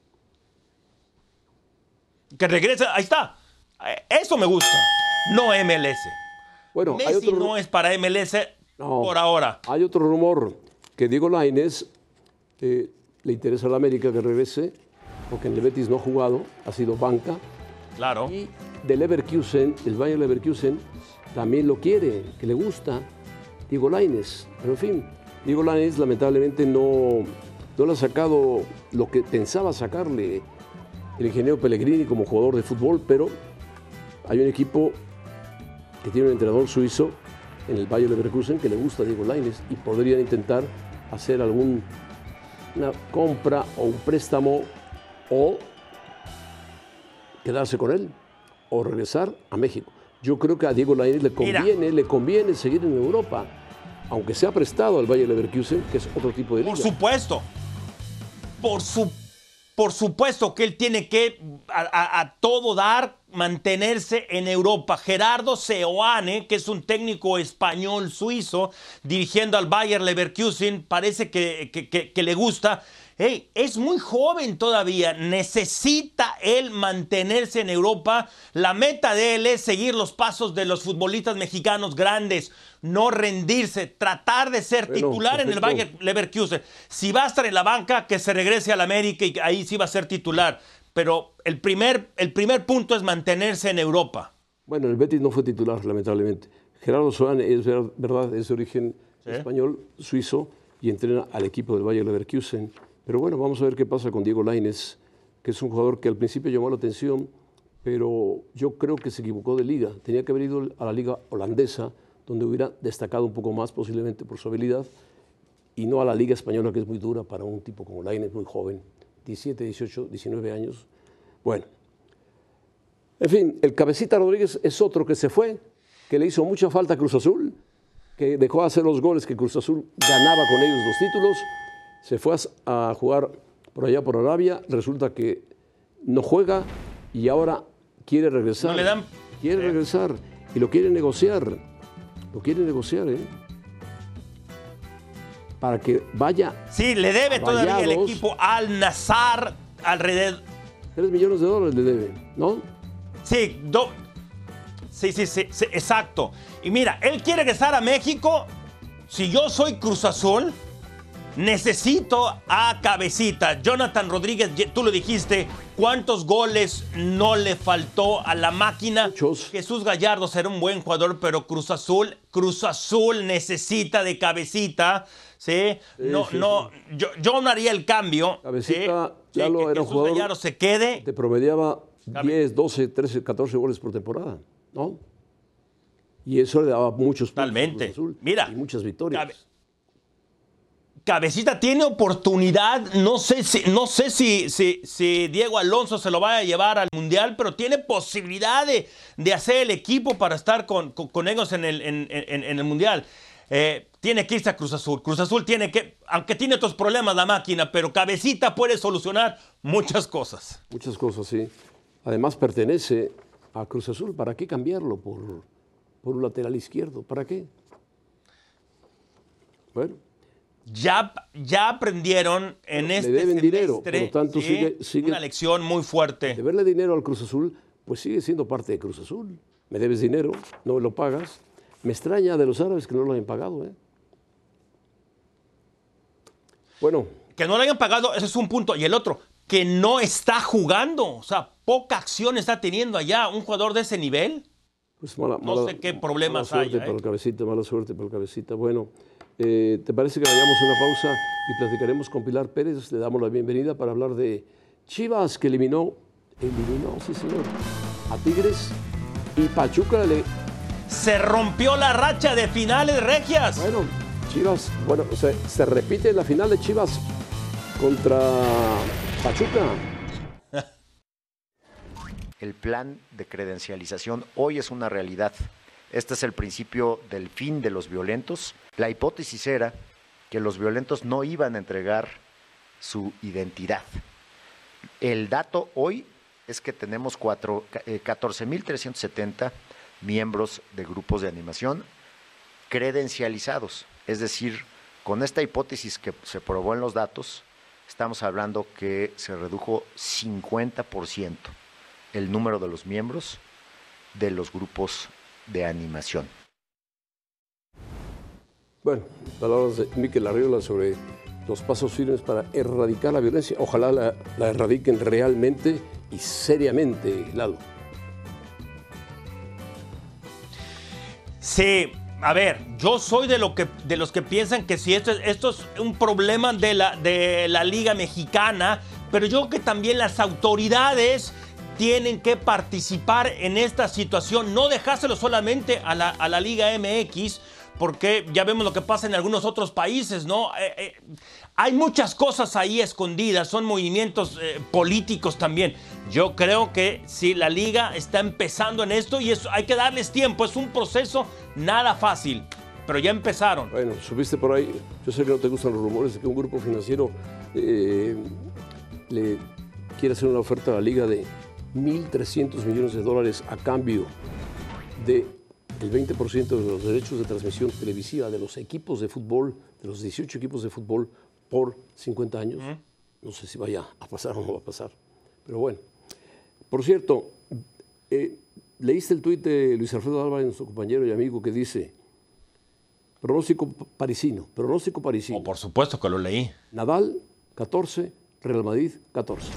Que regrese, ahí está. Eh, Eso me gusta, no M L S. Bueno, hay Messi otro- no es para M L S No. por ahora. Hay otro rumor que Diego Lainez eh, le interesa a la América que regrese, porque en el Betis no ha jugado, ha sido banca. Claro. Y del Leverkusen, el Bayer Leverkusen, también lo quiere, que le gusta Diego Lainez. Pero en fin, Diego Lainez lamentablemente no, no le ha sacado lo que pensaba sacarle el ingeniero Pellegrini como jugador de fútbol, pero hay un equipo que tiene un entrenador suizo en el Bayer Leverkusen que le gusta a Diego Lainez y podrían intentar hacer alguna compra o un préstamo o quedarse con él o regresar a México. Yo creo que a Diego Lainez le Mira. conviene, le conviene seguir en Europa, aunque sea prestado al Bayer Leverkusen, que es otro tipo de liga. Por supuesto. Por, su, por supuesto que él tiene que a, a- a todo dar mantenerse en Europa. Gerardo Seoane, que es un técnico español suizo, dirigiendo al Bayer Leverkusen, parece que, que- que- que le gusta. Hey, es muy joven todavía, necesita él mantenerse en Europa. La meta de él es seguir los pasos de los futbolistas mexicanos grandes, no rendirse, tratar de ser Bueno, titular en el perfecto. Bayer Leverkusen. Si va a estar en la banca, que se regrese al América y ahí sí va a ser titular. Pero el primer, el primer punto es mantenerse en Europa. Bueno, el Betis no fue titular, lamentablemente. Gerardo Seoane es ver- verdad, es de origen español, suizo, y entrena al equipo del Bayer Leverkusen. Pero bueno, vamos a ver qué pasa con Diego Lainez, que es un jugador que al principio llamó la atención, pero yo creo que se equivocó de liga. Tenía que haber ido a la liga holandesa, donde hubiera destacado un poco más posiblemente por su habilidad, y no a la liga española, que es muy dura para un tipo como Lainez, muy joven, diecisiete, dieciocho, diecinueve años. Bueno, en fin, el Cabecita Rodríguez es otro que se fue, que le hizo mucha falta a Cruz Azul, que dejó de hacer los goles, que Cruz Azul ganaba con ellos los títulos, se fue a, a jugar por allá por Arabia, resulta que no juega y ahora quiere regresar. No le dan... Quiere regresar y lo quiere negociar. Lo quiere negociar, ¿eh? Para que vaya. Sí, le debe todavía el Rayados. equipo al Nazar alrededor. Tres millones de dólares le debe, ¿no? Sí, do... sí, sí, sí, sí, exacto. Y mira, él quiere regresar a México. Si yo soy Cruz Azul, necesito a Cabecita. Jonathan Rodríguez, tú lo dijiste, ¿cuántos goles no le faltó a la máquina? Muchos. Jesús Gallardo será un buen jugador, pero Cruz Azul, Cruz Azul necesita de Cabecita. ¿Sí? No, sí, no, sí. Yo, yo no haría el cambio. Cabecita, ¿sí? ya Sí, lo que era un Jesús jugador Gallardo se quede. Te promediaba Cabe- diez, doce, trece, catorce goles por temporada, ¿no? Y eso le daba muchos puntos a Totalmente. Cruz Azul Mira, y muchas victorias. Cabe- Cabecita tiene oportunidad, no sé si, no sé si, si, si Diego Alonso se lo va a llevar al Mundial, pero tiene posibilidad de, de hacer el equipo para estar con, con, con ellos en el, en, en, en el Mundial. Eh, tiene que irse a Cruz Azul. Cruz Azul tiene que, aunque tiene otros problemas la máquina, pero Cabecita puede solucionar muchas cosas. Muchas cosas, sí. Además pertenece a Cruz Azul. ¿Para qué cambiarlo por, por un lateral izquierdo? ¿Para qué? Bueno, Ya, ya aprendieron en Le este deben dinero, semestre, por lo tanto, ¿sí? sigue- sigue- una lección muy fuerte. deberle dinero al Cruz Azul, pues sigue siendo parte de Cruz Azul. Me debes dinero, no me lo pagas. Me extraña de los árabes que no lo hayan pagado, ¿eh? Bueno, Que no le hayan pagado, ese es un punto. Y el otro, que no está jugando. O sea, poca acción está teniendo allá un jugador de ese nivel. pues mala, No mala- sé qué problemas mala suerte haya, para ¿eh? el Cabecita, mala suerte para el Cabecita. Bueno, eh, ¿te parece que vayamos a una pausa y platicaremos con Pilar Pérez? Le damos la bienvenida para hablar de Chivas, que eliminó, eliminó, sí señor, a Tigres, y Pachuca le... Se rompió la racha de finales regias. Bueno, Chivas, bueno, o sea, se repite la final de Chivas contra Pachuca. El plan de credencialización hoy es una realidad. Este es el principio del fin de los violentos. La hipótesis era que los violentos no iban a entregar su identidad. El dato hoy es que tenemos cuatro- eh, catorce mil trescientos setenta miembros de grupos de animación credencializados. Es decir, con esta hipótesis que se probó en los datos, estamos hablando que se redujo cincuenta por ciento el número de los miembros de los grupos de animación. Bueno, palabras de Mikel Arriola sobre los pasos firmes para erradicar la violencia. Ojalá la, la erradiquen realmente y seriamente, Lalo. Sí, a ver, yo soy de, lo que, de los que piensan que si esto, es- esto es un problema de la, de la Liga Mexicana, pero yo creo que también las autoridades tienen que participar en esta situación, no dejárselo solamente a la, a la Liga M X, porque ya vemos lo que pasa en algunos otros países, ¿no? Eh, eh, hay muchas cosas ahí escondidas, son movimientos eh, políticos también. Yo creo que sí, la liga está empezando en esto y eso hay que darles tiempo, es un proceso nada fácil, pero ya empezaron. Bueno, subiste por ahí, yo sé que no te gustan los rumores de que un grupo financiero eh, le quiere hacer una oferta a la liga de mil trescientos millones de dólares a cambio de el veinte por ciento de los derechos de transmisión televisiva de los equipos de fútbol, de los dieciocho equipos de fútbol por cincuenta años. No sé si vaya a pasar o no va a pasar, pero bueno. Por cierto, eh, leíste el tuit de Luis Alfredo Álvarez, nuestro compañero y amigo, que dice, pronóstico parisino, pronóstico parisino. Oh, por supuesto que lo leí. Nadal, catorce, Real Madrid, catorce.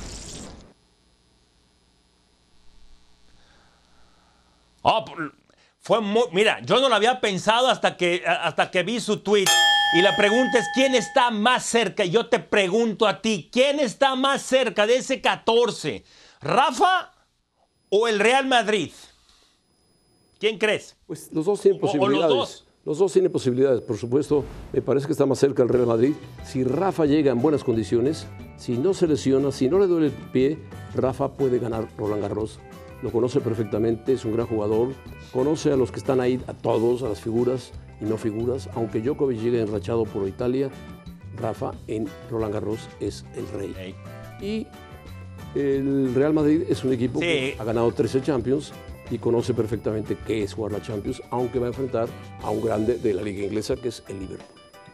Oh, por- fue muy, mira, yo no lo había pensado hasta que, hasta que vi su tweet. Y la pregunta es, ¿quién está más cerca? Y yo te pregunto a ti, ¿quién está más cerca de ese catorce? ¿Rafa o el Real Madrid? ¿Quién crees? Pues los dos tienen O- o los posibilidades. dos. Los dos tienen posibilidades, por supuesto. Me parece que está más cerca el Real Madrid. Si Rafa llega en buenas condiciones, si no se lesiona, si no le duele el pie, Rafa puede ganar Roland Garros. Lo conoce perfectamente, es un gran jugador. Conoce a los que están ahí, a todos, a las figuras. y no figuras. Aunque Djokovic llegue enrachado por Italia, Rafa en Roland Garros es el rey. Hey. Y el Real Madrid es un equipo Sí. que ha ganado trece Champions y conoce perfectamente qué es jugar la Champions, aunque va a enfrentar a un grande de la liga inglesa que es el Liverpool.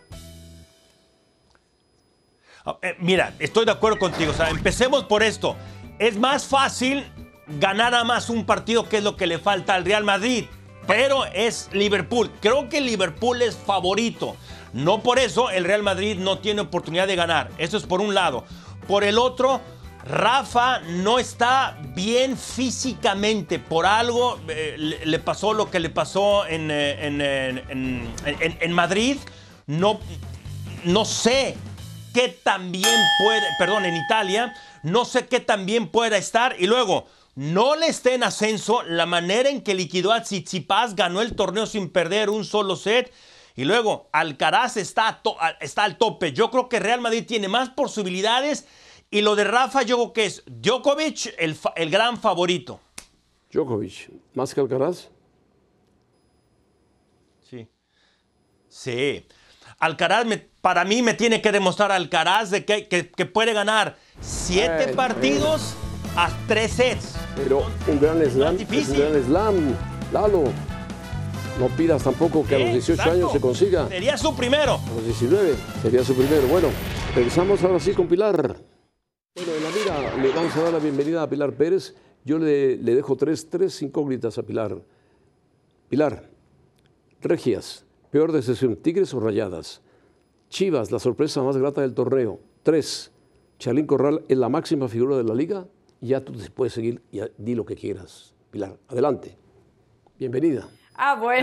Eh, mira, estoy de acuerdo contigo. O sea, empecemos por esto. Es más fácil ganar a más un partido, que es lo que le falta al Real Madrid. Pero es Liverpool. Creo que Liverpool es favorito. No por eso el Real Madrid no tiene oportunidad de ganar. Eso es por un lado. Por el otro, Rafa no está bien físicamente. Por algo eh, le, le pasó lo que le pasó en, eh, en, en, en, en, en Madrid. No, no sé qué tan bien puede, perdón, en Italia, no sé qué tan bien pueda estar. Y luego, no le esté en ascenso la manera en que liquidó a Tsitsipas, ganó el torneo sin perder un solo set. Y luego, Alcaraz está, a to, está al tope. Yo creo que Real Madrid tiene más posibilidades. Y lo de Rafa, yo creo que es Djokovic el, el gran favorito. Djokovic, ¿más que Alcaraz? Sí. Sí. Alcaraz, me, para mí, me tiene que demostrar Alcaraz de que, que, que puede ganar siete eh, partidos eh. a tres sets. Pero un gran slam, es un gran slam, Lalo. No pidas tampoco que eh, a los dieciocho exacto. años se consiga. Sería su primero. A los diecinueve sería su primero. Bueno, regresamos ahora sí con Pilar. Bueno, en la mira le vamos a dar la bienvenida a Pilar Pérez. Yo le, le dejo tres, tres incógnitas a Pilar. Pilar, Regias, peor decepción, Tigres o Rayadas. Chivas, la sorpresa más grata del torneo. Tres, Charlín Corral es la máxima figura de la liga. Y ya tú te puedes seguir y di lo que quieras. Pilar, adelante. Bienvenida. Ah, bueno.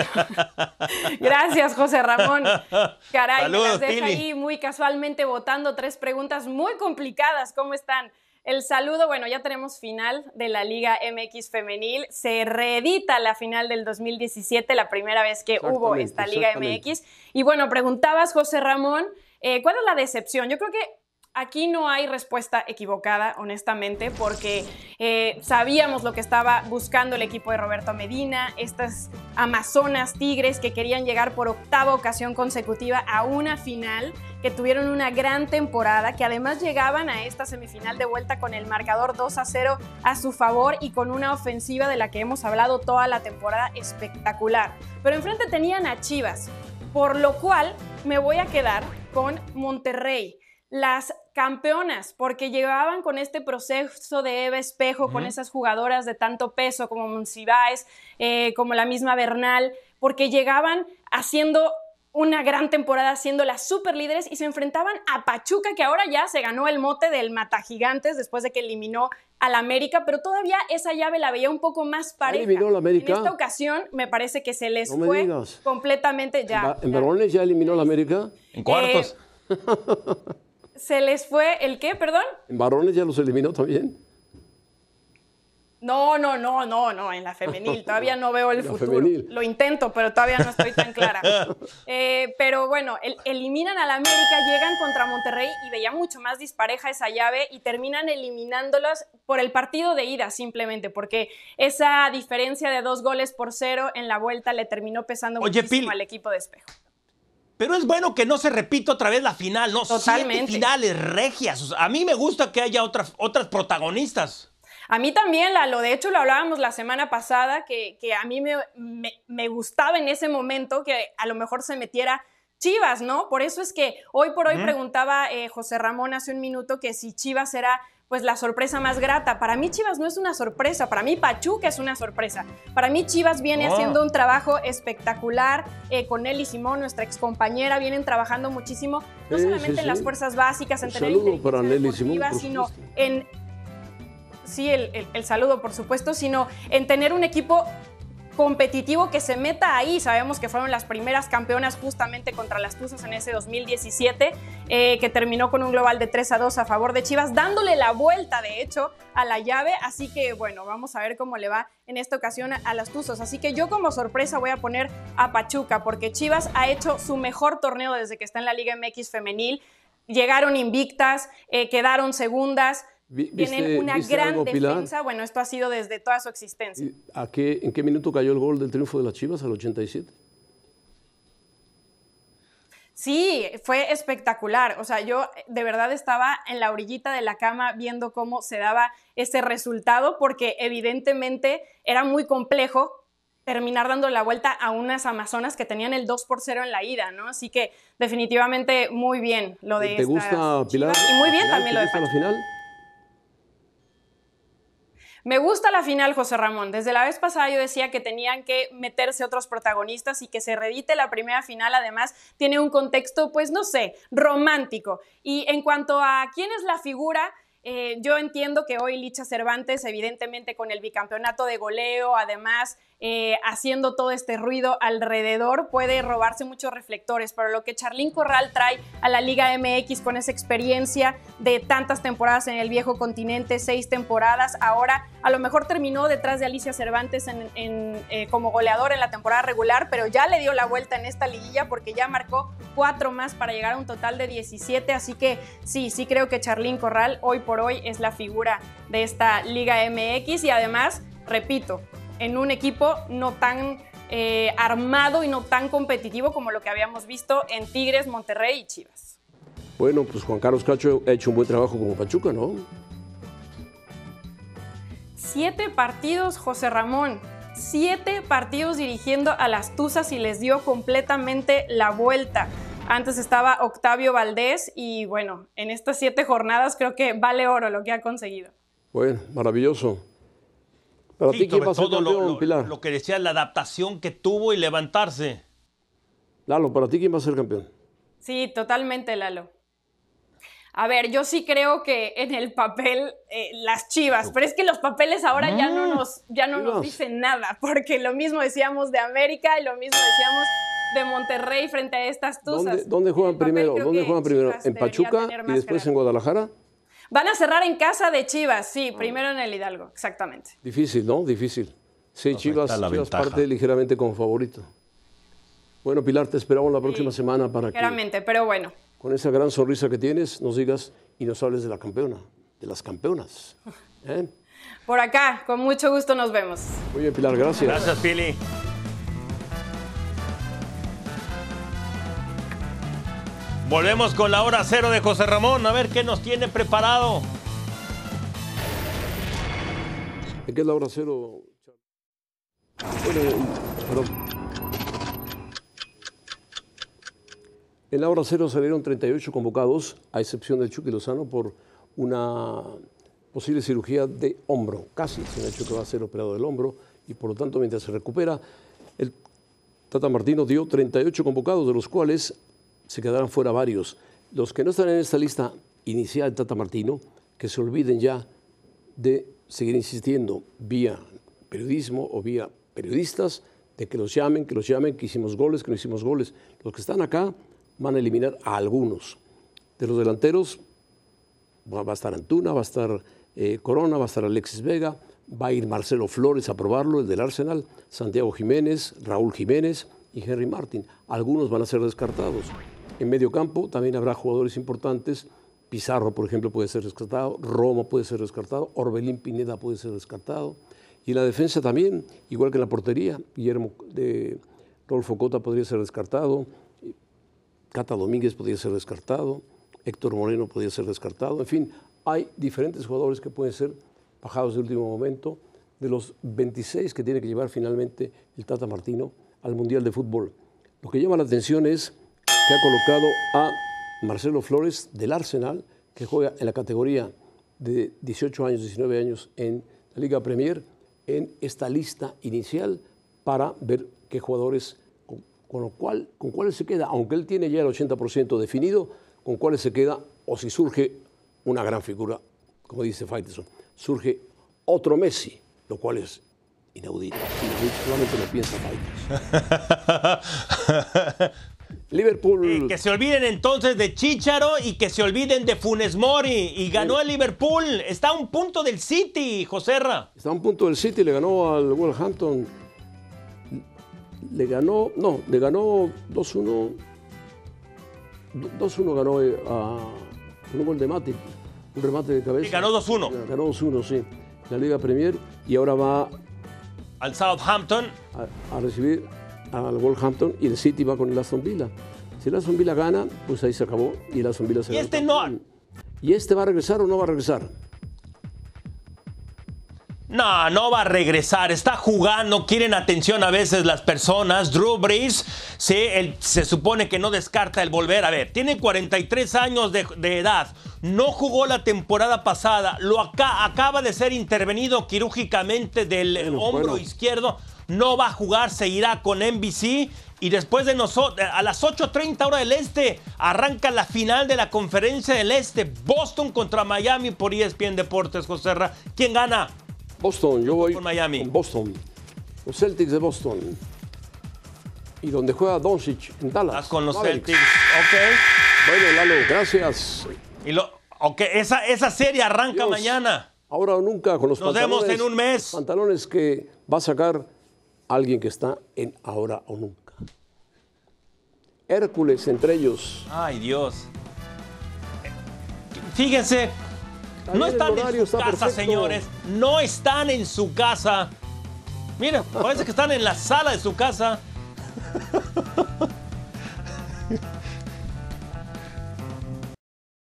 Gracias, José Ramón. Caray, Saludos, me las deja Pili. ahí muy casualmente votando tres preguntas muy complicadas. ¿Cómo están? El saludo, bueno, ya tenemos final de la Liga M X Femenil. Se reedita la final del dos mil diecisiete, la primera vez que hubo esta Liga M X. Y bueno, preguntabas, José Ramón, eh, ¿cuál es la decepción? Yo creo que aquí no hay respuesta equivocada, honestamente, porque eh, sabíamos lo que estaba buscando el equipo de Roberto Medina, estas Amazonas Tigres que querían llegar por octava ocasión consecutiva a una final, que tuvieron una gran temporada, que además llegaban a esta semifinal de vuelta con el marcador dos a cero a su favor y con una ofensiva de la que hemos hablado toda la temporada espectacular. Pero enfrente tenían a Chivas, por lo cual me voy a quedar con Monterrey. Las campeonas, porque llevaban con este proceso de Eva Espejo, uh-huh. con esas jugadoras de tanto peso como Monsiváis, eh, como la misma Bernal, porque llegaban haciendo una gran temporada, siendo las superlíderes y se enfrentaban a Pachuca, que ahora ya se ganó el mote del Matagigantes después de que eliminó al América, pero todavía esa llave la veía un poco más pareja. ¿Eliminó al América? En esta ocasión me parece que se les no fue digas. completamente ya. ¿En varones ya eliminó al América? En cuartos. Eh, ¿Se les fue el qué, perdón? ¿En varones ya los eliminó también? No, no, no, no, no, en la femenil. Todavía no veo el la futuro. Femenil. Lo intento, pero todavía no estoy tan clara. Eh, pero bueno, el, eliminan al América, llegan contra Monterrey y veía mucho más dispareja esa llave y terminan eliminándolas por el partido de ida simplemente, porque esa diferencia de dos goles por cero en la vuelta le terminó pesando Oye, muchísimo Pili, al equipo de Espejo. Pero es bueno que no se repita otra vez la final, ¿no? Totalmente. Siete finales regias. O sea, a mí me gusta que haya otras, otras protagonistas. A mí también, Lalo. De hecho, lo hablábamos la semana pasada, que, que a mí me, me, me gustaba en ese momento que a lo mejor se metiera Chivas, ¿no? Por eso es que hoy por hoy mm. preguntaba eh, José Ramón hace un minuto que si Chivas era pues la sorpresa más grata. Para mí Chivas no es una sorpresa, para mí Pachuca es una sorpresa. Para mí Chivas viene oh. haciendo un trabajo espectacular, eh, con Nelly Simón, nuestra excompañera, vienen trabajando muchísimo, no sí, solamente sí, en sí. las fuerzas básicas, en un tener saludo para Nelly Simón, sino en... Sí, el, el, el saludo, por supuesto, sino en tener un equipo competitivo que se meta ahí. Sabemos que fueron las primeras campeonas justamente contra las Tuzas en ese dos mil diecisiete, eh, que terminó con un global de tres a dos a favor de Chivas, dándole la vuelta, de hecho, a la llave. Así que, bueno, vamos a ver cómo le va en esta ocasión a, a las Tuzas. Así que yo como sorpresa voy a poner a Pachuca, porque Chivas ha hecho su mejor torneo desde que está en la Liga M X femenil. Llegaron invictas, eh, quedaron segundas, tienen una gran algo, defensa. Pilar? Bueno, esto ha sido desde toda su existencia. ¿A qué, ¿En qué minuto cayó el gol del triunfo de las Chivas? ¿Al ochenta y siete? Sí, fue espectacular. O sea, yo de verdad estaba en la orillita de la cama viendo cómo se daba ese resultado, porque evidentemente era muy complejo terminar dando la vuelta a unas amazonas que tenían el dos por cero en la ida, ¿no? Así que definitivamente muy bien lo de ¿Te gusta, Pilar? Y muy bien Pilar, también ¿te lo de gusta la final? Me gusta la final, José Ramón. Desde la vez pasada yo decía que tenían que meterse otros protagonistas y que se reedite la primera final. Además, tiene un contexto, pues no sé, romántico. Y en cuanto a quién es la figura, eh, yo entiendo que hoy Licha Cervantes, evidentemente con el bicampeonato de goleo, además eh, haciendo todo este ruido alrededor, puede robarse muchos reflectores, pero lo que Charlín Corral trae a la Liga M X con esa experiencia de tantas temporadas en el viejo continente, seis temporadas, ahora a lo mejor terminó detrás de Alicia Cervantes en, en, eh, como goleador en la temporada regular, pero ya le dio la vuelta en esta liguilla porque ya marcó cuatro más para llegar a un total de diecisiete, así que sí, sí creo que Charlín Corral hoy por hoy es la figura de esta Liga M X y además, repito, en un equipo no tan eh, armado y no tan competitivo como lo que habíamos visto en Tigres, Monterrey y Chivas. Bueno, pues Juan Carlos Cacho ha hecho un buen trabajo como Pachuca, ¿no? Siete partidos, José Ramón. Siete partidos dirigiendo a las Tuzas y les dio completamente la vuelta. Antes estaba Octavio Valdés y bueno, en estas siete jornadas creo que vale oro lo que ha conseguido. Bueno, maravilloso. Para Sí, ti, ¿quién sobre va a ser todo campeón, lo, lo, Pilar? lo que decía, la adaptación que tuvo y levantarse. Lalo, ¿para ti quién va a ser campeón? Sí, totalmente, Lalo. A ver, yo sí creo que en el papel eh, las Chivas, pero es que los papeles ahora ya no nos, ya no nos dicen nada, porque lo mismo decíamos de América y lo mismo decíamos de Monterrey frente a estas Tuzas. ¿Dónde, dónde juegan primero? ¿Dónde juegan primero? ¿En Pachuca y después en Guadalajara? Van a cerrar en casa de Chivas, sí, primero en el Hidalgo, exactamente. Difícil, ¿no? Difícil. Sí, Pues Chivas, Chivas parte ligeramente como favorito. Bueno, Pilar, te esperamos la próxima sí, semana para ligeramente, que, pero bueno. con esa gran sonrisa que tienes, nos digas y nos hables de la campeona, de las campeonas. ¿Eh? Por acá, con mucho gusto nos vemos. Muy bien, Pilar, gracias. Gracias, Pili. Volvemos con la hora cero de José Ramón, a ver qué nos tiene preparado. ¿De qué es la hora cero? Bueno, perdón. En la hora cero salieron treinta y ocho convocados, a excepción de Chucky Lozano, por una posible cirugía de hombro. Casi se ha hecho que va a ser operado del hombro y por lo tanto mientras se recupera, el Tata Martino dio treinta y ocho convocados, de los cuales se quedarán fuera varios. Los que no están en esta lista inicial de Tata Martino, que se olviden ya de seguir insistiendo vía periodismo o vía periodistas, de que los llamen, que los llamen, que hicimos goles, que no hicimos goles. Los que están acá van a eliminar a algunos. De los delanteros va a estar Antuna, va a estar eh, Corona, va a estar Alexis Vega, va a ir Marcelo Flores a probarlo, el del Arsenal, Santiago Jiménez, Raúl Jiménez y Henry Martin. Algunos van a ser descartados. En medio campo también habrá jugadores importantes. Pizarro, por ejemplo, puede ser descartado. Roma puede ser descartado. Orbelín Pineda puede ser descartado. Y en la defensa también, igual que en la portería. Guillermo de Rodolfo Cota podría ser descartado. Cata Domínguez podría ser descartado. Héctor Moreno podría ser descartado. En fin, hay diferentes jugadores que pueden ser bajados de último momento. De los veintiséis que tiene que llevar finalmente el Tata Martino al Mundial de Fútbol. Lo que llama la atención es que ha colocado a Marcelo Flores del Arsenal, que juega en la categoría de dieciocho años, diecinueve años en la Liga Premier, en esta lista inicial para ver qué jugadores, con, con, lo cual, con cuáles se queda, aunque él tiene ya el ochenta por ciento definido, con cuáles se queda o si surge una gran figura, como dice Faitelson, surge otro Messi, lo cual es inaudito. Inaudito, solamente lo piensa Faitelson. Liverpool. Eh, que se olviden entonces de Chícharo y que se olviden de Funes Mori. Y ganó el Liverpool. Está a un punto del City, Joserra. Está a un punto del City, le ganó al Wolverhampton. Le ganó, no, le ganó dos uno. dos uno ganó a un gol de Matip, un remate de cabeza. Y ganó dos uno. Ganó dos uno, sí. La Liga Premier y ahora va al Southampton a, a recibir al Wolverhampton y el City va con el Aston Villa. Si el Aston Villa gana, pues ahí se acabó y el Aston Villa se Y ganó. este no. ¿Y este va a regresar o no va a regresar? No, no va a regresar. Está jugando. Quieren atención a veces las personas. Drew Brees, sí, él, se supone que no descarta el volver. A ver, tiene cuarenta y tres años de, de edad. No jugó la temporada pasada. Lo acá, acaba de ser intervenido quirúrgicamente del bueno, hombro bueno. izquierdo. No va a jugar, se irá con N B C. Y después de nosotros, a las ocho treinta hora del Este, arranca la final de la Conferencia del Este. Boston contra Miami por E S P N Deportes, José Ra. ¿Quién gana? Boston, yo voy con Miami. con Boston. Los Celtics de Boston. Y donde juega Doncic en Dallas. Estás con los Mavericks. Celtics, ok. Bueno, Lalo, gracias. Y lo, ok, esa, esa serie arranca Dios, mañana. Ahora o nunca con los Nos pantalones. vemos en un mes. Pantalones que va a sacar alguien que está en ahora o nunca. Hércules entre ellos. Ay, Dios. Fíjense, También no el están en horario su está casa, perfecto. señores. No están en su casa. Mira, parece que están en la sala de su casa.